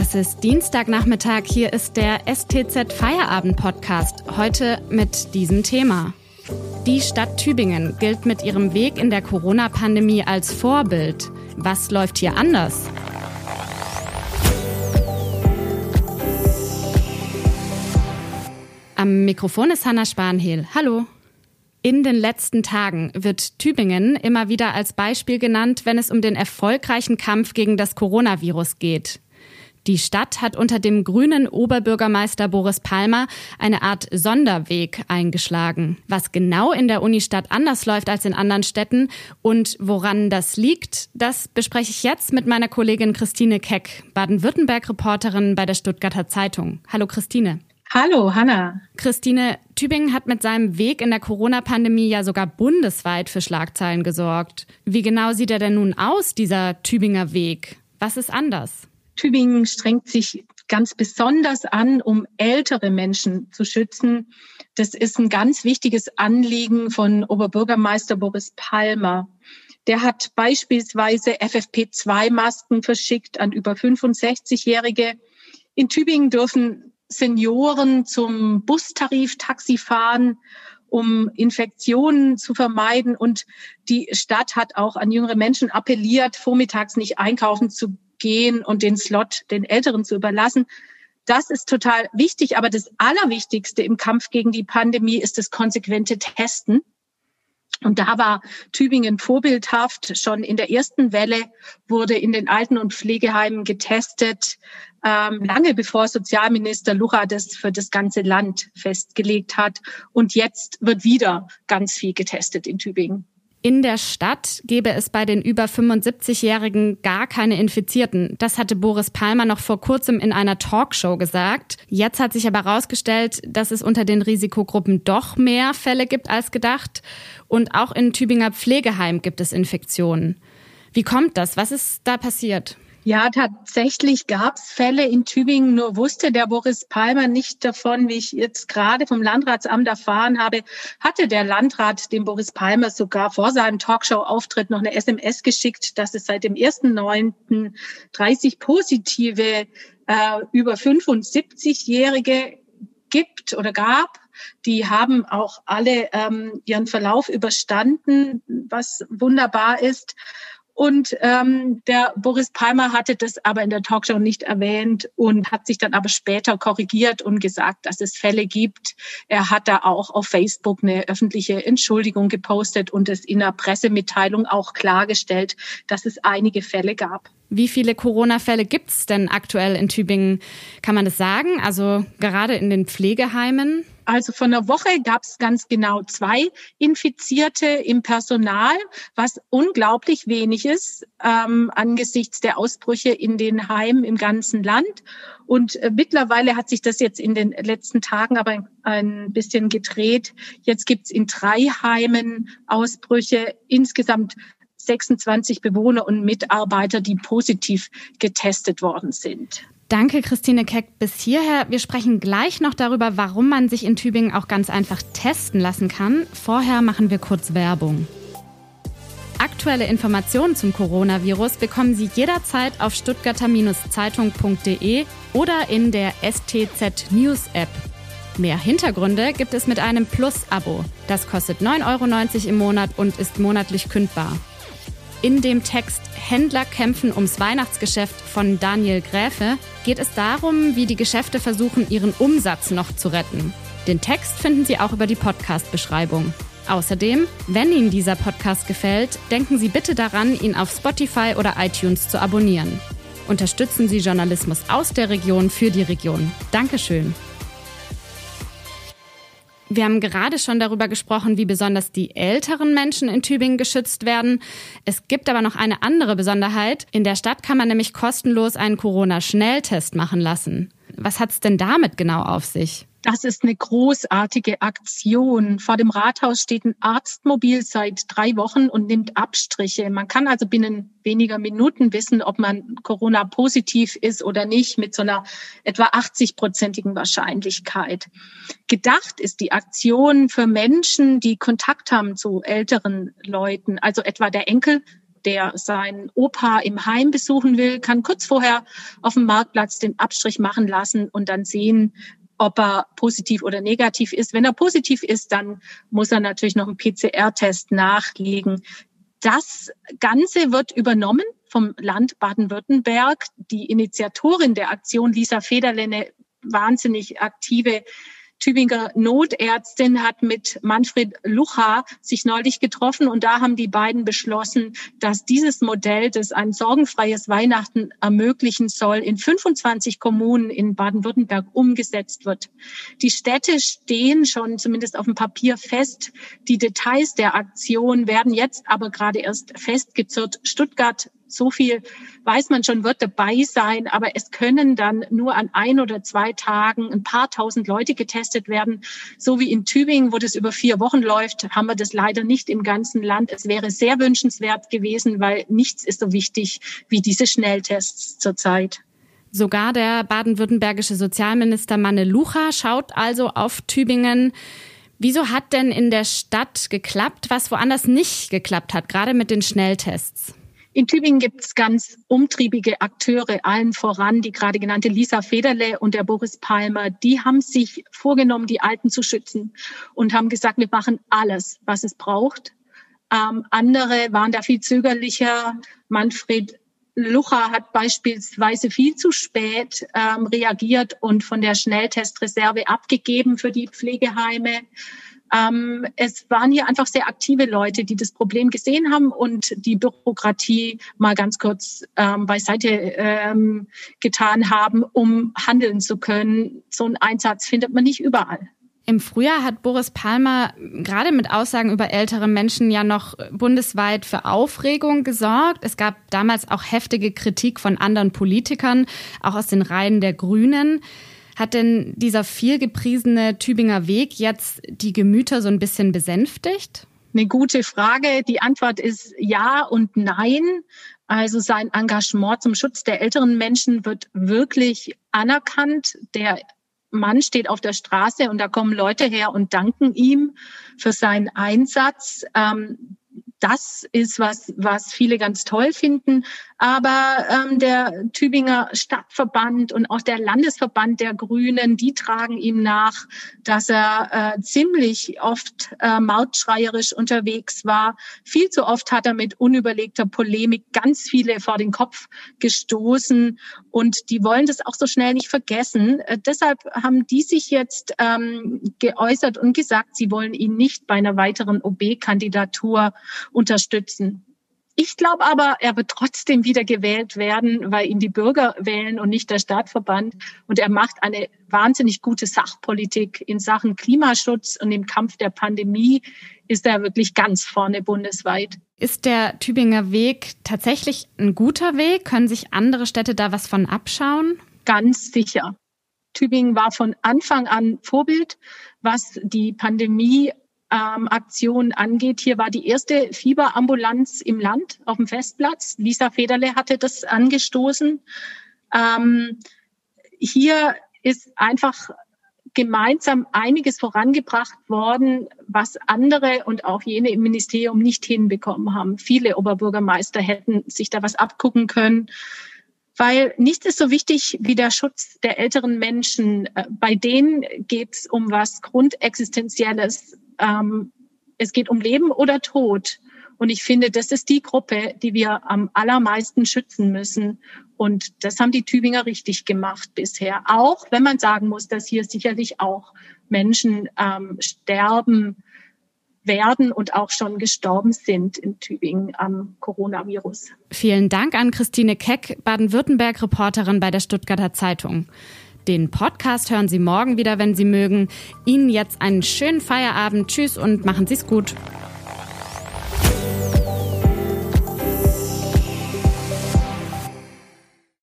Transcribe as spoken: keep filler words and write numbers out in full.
Es ist Dienstagnachmittag, hier ist der S T Z Feierabend-Podcast, heute mit diesem Thema. Die Stadt Tübingen gilt mit ihrem Weg in der Corona-Pandemie als Vorbild. Was läuft hier anders? Am Mikrofon ist Hanna Spanhehl. Hallo. In den letzten Tagen wird Tübingen immer wieder als Beispiel genannt, wenn es um den erfolgreichen Kampf gegen das Coronavirus geht. Die Stadt hat unter dem grünen Oberbürgermeister Boris Palmer eine Art Sonderweg eingeschlagen. Was genau in der Unistadt anders läuft als in anderen Städten und woran das liegt, das bespreche ich jetzt mit meiner Kollegin Christine Keck, Baden-Württemberg-Reporterin bei der Stuttgarter Zeitung. Hallo Christine. Hallo, Hanna. Christine, Tübingen hat mit seinem Weg in der Corona-Pandemie ja sogar bundesweit für Schlagzeilen gesorgt. Wie genau sieht er denn nun aus, dieser Tübinger Weg? Was ist anders? Tübingen strengt sich ganz besonders an, um ältere Menschen zu schützen. Das ist ein ganz wichtiges Anliegen von Oberbürgermeister Boris Palmer. Der hat beispielsweise F F P zwei Masken verschickt an über fünfundsechzigjährige. In Tübingen dürfen Senioren zum Bustarif Taxi fahren, um Infektionen zu vermeiden. Und die Stadt hat auch an jüngere Menschen appelliert, vormittags nicht einkaufen zu gehen und den Slot den Älteren zu überlassen. Das ist total wichtig. Aber das Allerwichtigste im Kampf gegen die Pandemie ist das konsequente Testen. Und da war Tübingen vorbildhaft. Schon in der ersten Welle wurde in den Alten- und Pflegeheimen getestet, ähm, lange bevor Sozialminister Lucha das für das ganze Land festgelegt hat. Und jetzt wird wieder ganz viel getestet in Tübingen. In der Stadt gäbe es bei den über fünfundsiebzigjährigen gar keine Infizierten. Das hatte Boris Palmer noch vor kurzem in einer Talkshow gesagt. Jetzt hat sich aber herausgestellt, dass es unter den Risikogruppen doch mehr Fälle gibt als gedacht. Und auch in Tübinger Pflegeheim gibt es Infektionen. Wie kommt das? Was ist da passiert? Ja, tatsächlich gab es Fälle in Tübingen, nur wusste der Boris Palmer nicht davon. Wie ich jetzt gerade vom Landratsamt erfahren habe, hatte der Landrat dem Boris Palmer sogar vor seinem Talkshow-Auftritt noch eine S M S geschickt, dass es seit dem ersten neunten dreißig positive äh, über fünfundsiebzigjährige gibt oder gab. Die haben auch alle ähm, ihren Verlauf überstanden, was wunderbar ist. Und ähm, der Boris Palmer hatte das aber in der Talkshow nicht erwähnt und hat sich dann aber später korrigiert und gesagt, dass es Fälle gibt. Er hat da auch auf Facebook eine öffentliche Entschuldigung gepostet und es in einer Pressemitteilung auch klargestellt, dass es einige Fälle gab. Wie viele Corona-Fälle gibt es denn aktuell in Tübingen? Kann man das sagen? Also gerade in den Pflegeheimen? Also von einer Woche gab es ganz genau zwei Infizierte im Personal, was unglaublich wenig ist ähm, angesichts der Ausbrüche in den Heimen im ganzen Land. Und äh, mittlerweile hat sich das jetzt in den letzten Tagen aber ein, ein bisschen gedreht. Jetzt gibt's in drei Heimen Ausbrüche, insgesamt sechsundzwanzig Bewohner und Mitarbeiter, die positiv getestet worden sind. Danke, Christine Keck, bis hierher. Wir sprechen gleich noch darüber, warum man sich in Tübingen auch ganz einfach testen lassen kann. Vorher machen wir kurz Werbung. Aktuelle Informationen zum Coronavirus bekommen Sie jederzeit auf stuttgarter Zeitung punkt de oder in der S T Z News App. Mehr Hintergründe gibt es mit einem Plus-Abo. Das kostet neun Euro neunzig im Monat und ist monatlich kündbar. In dem Text Händler kämpfen ums Weihnachtsgeschäft von Daniel Gräfe geht es darum, wie die Geschäfte versuchen, ihren Umsatz noch zu retten. Den Text finden Sie auch über die Podcast-Beschreibung. Außerdem, wenn Ihnen dieser Podcast gefällt, denken Sie bitte daran, ihn auf Spotify oder iTunes zu abonnieren. Unterstützen Sie Journalismus aus der Region für die Region. Dankeschön. Wir haben gerade schon darüber gesprochen, wie besonders die älteren Menschen in Tübingen geschützt werden. Es gibt aber noch eine andere Besonderheit. In der Stadt kann man nämlich kostenlos einen Corona-Schnelltest machen lassen. Was hat's denn damit genau auf sich? Das ist eine großartige Aktion. Vor dem Rathaus steht ein Arztmobil seit drei Wochen und nimmt Abstriche. Man kann also binnen weniger Minuten wissen, ob man Corona-positiv ist oder nicht, mit so einer etwa achtzig-prozentigen Wahrscheinlichkeit. Gedacht ist die Aktion für Menschen, die Kontakt haben zu älteren Leuten, also etwa der Enkel der seinen Opa im Heim besuchen will, kann kurz vorher auf dem Marktplatz den Abstrich machen lassen und dann sehen, ob er positiv oder negativ ist. Wenn er positiv ist, dann muss er natürlich noch einen P C R-Test nachlegen. Das Ganze wird übernommen vom Land Baden-Württemberg. Die Initiatorin der Aktion, Lisa Federle, eine wahnsinnig aktive Tübinger Notärztin, hat mit Manfred Lucha sich neulich getroffen und da haben die beiden beschlossen, dass dieses Modell, das ein sorgenfreies Weihnachten ermöglichen soll, in fünfundzwanzig Kommunen in Baden-Württemberg umgesetzt wird. Die Städte stehen schon zumindest auf dem Papier fest. Die Details der Aktion werden jetzt aber gerade erst festgezurrt. Stuttgart, so viel weiß man schon, wird dabei sein, aber es können dann nur an ein oder zwei Tagen ein paar tausend Leute getestet werden. So wie in Tübingen, wo das über vier Wochen läuft, haben wir das leider nicht im ganzen Land. Es wäre sehr wünschenswert gewesen, weil nichts ist so wichtig wie diese Schnelltests zurzeit. Sogar der baden-württembergische Sozialminister Manne Lucha schaut also auf Tübingen. Wieso hat denn in der Stadt geklappt, was woanders nicht geklappt hat, gerade mit den Schnelltests? In Tübingen gibt es ganz umtriebige Akteure, allen voran die gerade genannte Lisa Federle und der Boris Palmer. Die haben sich vorgenommen, die Alten zu schützen und haben gesagt, wir machen alles, was es braucht. Ähm, andere waren da viel zögerlicher. Manfred Lucha hat beispielsweise viel zu spät ähm, reagiert und von der Schnelltestreserve abgegeben für die Pflegeheime. Ähm, es waren hier einfach sehr aktive Leute, die das Problem gesehen haben und die Bürokratie mal ganz kurz ähm, beiseite ähm, getan haben, um handeln zu können. So einen Einsatz findet man nicht überall. Im Frühjahr hat Boris Palmer gerade mit Aussagen über ältere Menschen ja noch bundesweit für Aufregung gesorgt. Es gab damals auch heftige Kritik von anderen Politikern, auch aus den Reihen der Grünen. Hat denn dieser vielgepriesene Tübinger Weg jetzt die Gemüter so ein bisschen besänftigt? Eine gute Frage. Die Antwort ist ja und nein. Also sein Engagement zum Schutz der älteren Menschen wird wirklich anerkannt. Der Mann steht auf der Straße und da kommen Leute her und danken ihm für seinen Einsatz. Ähm, Das ist was, was viele ganz toll finden. Aber ähm, der Tübinger Stadtverband und auch der Landesverband der Grünen, die tragen ihm nach, dass er äh, ziemlich oft äh, marktschreierisch unterwegs war. Viel zu oft hat er mit unüberlegter Polemik ganz viele vor den Kopf gestoßen. Und die wollen das auch so schnell nicht vergessen. Äh, deshalb haben die sich jetzt ähm, geäußert und gesagt, sie wollen ihn nicht bei einer weiteren O B-Kandidatur unterstützen. Ich glaube aber, er wird trotzdem wieder gewählt werden, weil ihn die Bürger wählen und nicht der Stadtverband. Und er macht eine wahnsinnig gute Sachpolitik in Sachen Klimaschutz und im Kampf der Pandemie ist er wirklich ganz vorne bundesweit. Ist der Tübinger Weg tatsächlich ein guter Weg? Können sich andere Städte da was von abschauen? Ganz sicher. Tübingen war von Anfang an Vorbild, was die Pandemie Ähm, Aktion angeht. Hier war die erste Fieberambulanz im Land auf dem Festplatz. Lisa Federle hatte das angestoßen. Ähm, hier ist einfach gemeinsam einiges vorangebracht worden, was andere und auch jene im Ministerium nicht hinbekommen haben. Viele Oberbürgermeister hätten sich da was abgucken können. Weil nichts ist so wichtig wie der Schutz der älteren Menschen. Bei denen geht es um was Grundexistenzielles. Es geht um Leben oder Tod. Und ich finde, das ist die Gruppe, die wir am allermeisten schützen müssen. Und das haben die Tübinger richtig gemacht bisher. Auch wenn man sagen muss, dass hier sicherlich auch Menschen ähm, sterben werden und auch schon gestorben sind in Tübingen am Coronavirus. Vielen Dank an Christine Keck, Baden-Württemberg-Reporterin bei der Stuttgarter Zeitung. Den Podcast hören Sie morgen wieder, wenn Sie mögen. Ihnen jetzt einen schönen Feierabend. Tschüss und machen Sie es gut.